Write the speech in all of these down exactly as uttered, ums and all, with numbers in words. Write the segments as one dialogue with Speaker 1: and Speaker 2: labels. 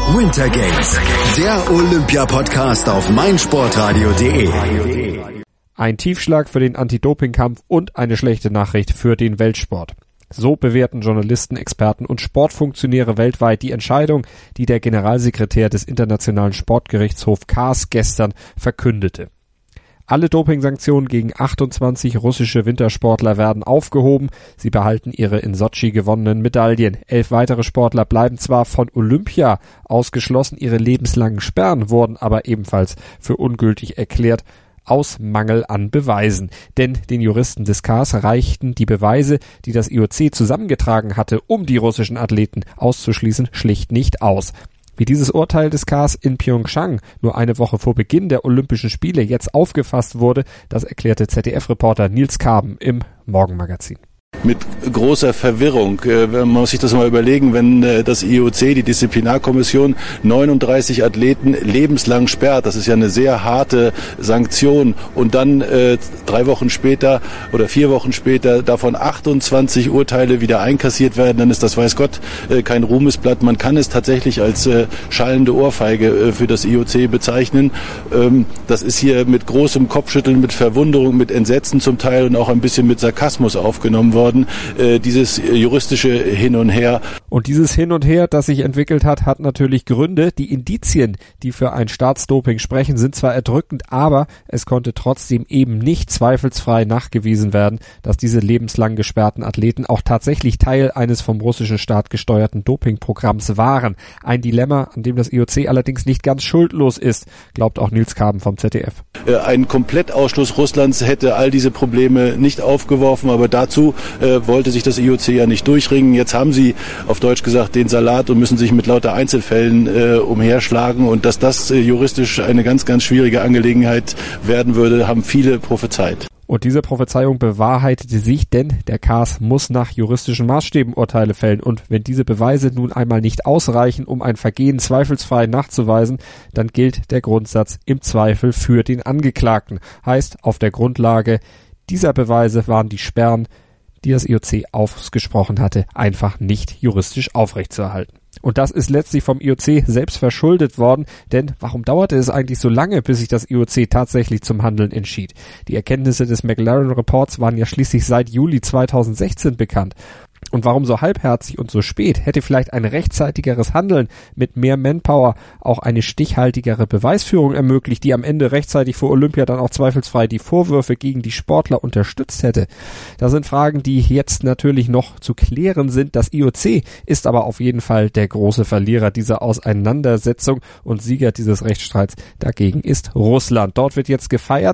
Speaker 1: Winter Games, der Olympia-Podcast auf meinsportradio punkt de.
Speaker 2: Ein Tiefschlag für den Anti-Doping-Kampf und eine schlechte Nachricht für den Weltsport. So bewerten Journalisten, Experten und Sportfunktionäre weltweit die Entscheidung, die der Generalsekretär des Internationalen Sportgerichtshofs C A S gestern verkündete. Alle Dopingsanktionen gegen achtundzwanzig russische Wintersportler werden aufgehoben. Sie behalten ihre in Sotschi gewonnenen Medaillen. Elf weitere Sportler bleiben zwar von Olympia ausgeschlossen, ihre lebenslangen Sperren wurden aber ebenfalls für ungültig erklärt, aus Mangel an Beweisen. Denn den Juristen des C A S reichten die Beweise, die das I O C zusammengetragen hatte, um die russischen Athleten auszuschließen, schlicht nicht aus. Wie dieses Urteil des C A S in Pyeongchang nur eine Woche vor Beginn der Olympischen Spiele jetzt aufgefasst wurde, das erklärte Z D F-Reporter Nils Kaben im Morgenmagazin.
Speaker 3: Mit großer Verwirrung. Man muss sich das mal überlegen, wenn das I O C, die Disziplinarkommission, neununddreißig Athleten lebenslang sperrt. Das ist ja eine sehr harte Sanktion. Und dann äh, drei Wochen später oder vier Wochen später davon achtundzwanzig Urteile wieder einkassiert werden, dann ist das, weiß Gott, äh, kein Ruhmesblatt. Man kann es tatsächlich als äh, schallende Ohrfeige äh, für das I O C bezeichnen. Ähm, das ist hier mit großem Kopfschütteln, mit Verwunderung, mit Entsetzen zum Teil und auch ein bisschen mit Sarkasmus aufgenommen worden. Äh, dieses juristische Hin und Her.
Speaker 2: Und dieses Hin und Her, das sich entwickelt hat, hat natürlich Gründe. Die Indizien, die für ein Staatsdoping sprechen, sind zwar erdrückend, aber es konnte trotzdem eben nicht zweifelsfrei nachgewiesen werden, dass diese lebenslang gesperrten Athleten auch tatsächlich Teil eines vom russischen Staat gesteuerten Dopingprogramms waren. Ein Dilemma, an dem das I O C allerdings nicht ganz schuldlos ist, glaubt auch Nils Kaben vom Z D F.
Speaker 3: Äh, ein Komplettausschluss Russlands hätte all diese Probleme nicht aufgeworfen, aber dazu Äh, wollte sich das I O C ja nicht durchringen. Jetzt haben sie auf Deutsch gesagt den Salat und müssen sich mit lauter Einzelfällen äh, umherschlagen. Und dass das äh, juristisch eine ganz, ganz schwierige Angelegenheit werden würde, haben viele prophezeit.
Speaker 2: Und diese Prophezeiung bewahrheitete sich, denn der C A S muss nach juristischen Maßstäben Urteile fällen. Und wenn diese Beweise nun einmal nicht ausreichen, um ein Vergehen zweifelsfrei nachzuweisen, dann gilt der Grundsatz im Zweifel für den Angeklagten. Heißt, auf der Grundlage dieser Beweise waren die Sperren, die das I O C ausgesprochen hatte, einfach nicht juristisch aufrechtzuerhalten. Und das ist letztlich vom I O C selbst verschuldet worden, denn warum dauerte es eigentlich so lange, bis sich das I O C tatsächlich zum Handeln entschied? Die Erkenntnisse des McLaren-Reports waren ja schließlich seit Juli zweitausendsechzehn bekannt. Und warum so halbherzig und so spät? Hätte vielleicht ein rechtzeitigeres Handeln mit mehr Manpower auch eine stichhaltigere Beweisführung ermöglicht, die am Ende rechtzeitig vor Olympia dann auch zweifelsfrei die Vorwürfe gegen die Sportler unterstützt hätte? Das sind Fragen, die jetzt natürlich noch zu klären sind. Das I O C ist aber auf jeden Fall der große Verlierer dieser Auseinandersetzung und Sieger dieses Rechtsstreits dagegen ist Russland. Dort wird jetzt gefeiert.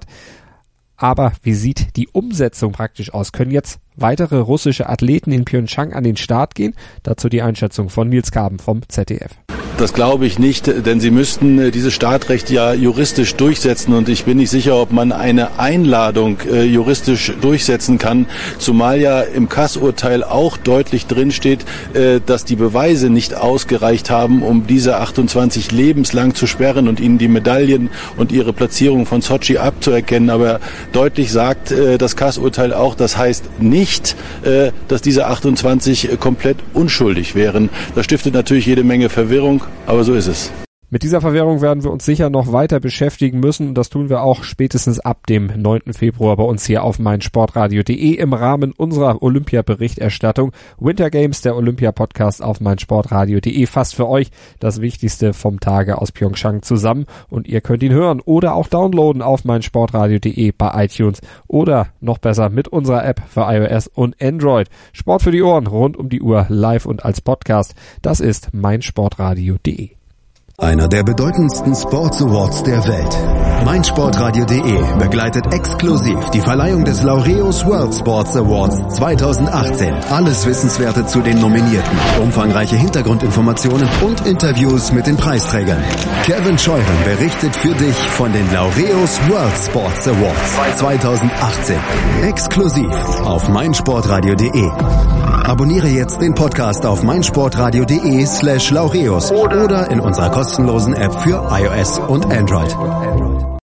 Speaker 2: Aber wie sieht die Umsetzung praktisch aus? Können jetzt weitere russische Athleten in Pyeongchang an den Start gehen? Dazu die Einschätzung von Nils Kaben vom Z D F.
Speaker 3: Das glaube ich nicht, denn sie müssten dieses Startrecht ja juristisch durchsetzen und ich bin nicht sicher, ob man eine Einladung äh, juristisch durchsetzen kann, zumal ja im C A S-Urteil auch deutlich drinsteht, äh, dass die Beweise nicht ausgereicht haben, um diese achtundzwanzig lebenslang zu sperren und ihnen die Medaillen und ihre Platzierung von Sotschi abzuerkennen. Aber deutlich sagt äh, das C A S-Urteil auch, das heißt nicht, äh, dass diese achtundzwanzig äh, komplett unschuldig wären. Das stiftet natürlich jede Menge Verwirrung. Aber so ist es.
Speaker 2: Mit dieser Verwirrung werden wir uns sicher noch weiter beschäftigen müssen und das tun wir auch spätestens ab dem neunten Februar bei uns hier auf meinsportradio punkt de im Rahmen unserer Olympia-Berichterstattung. Winter Games, der Olympia-Podcast auf meinsportradio punkt de, fasst für euch das Wichtigste vom Tage aus Pyeongchang zusammen und ihr könnt ihn hören oder auch downloaden auf meinsportradio punkt de bei iTunes oder noch besser mit unserer App für iOS und Android. Sport für die Ohren, rund um die Uhr, live und als Podcast. Das ist meinsportradio punkt de.
Speaker 1: Einer der bedeutendsten Sports Awards der Welt. meinsportradio punkt de begleitet exklusiv die Verleihung des Laureus World Sports Awards zweitausendachtzehn. Alles Wissenswerte zu den Nominierten, umfangreiche Hintergrundinformationen und Interviews mit den Preisträgern. Kevin Scheuren berichtet für dich von den Laureus World Sports Awards zweitausendachtzehn. Exklusiv auf meinsportradio punkt de. Abonniere jetzt den Podcast auf meinsportradio punkt de slash Laureus oder in unserer kostenlosen App für iOS und Android.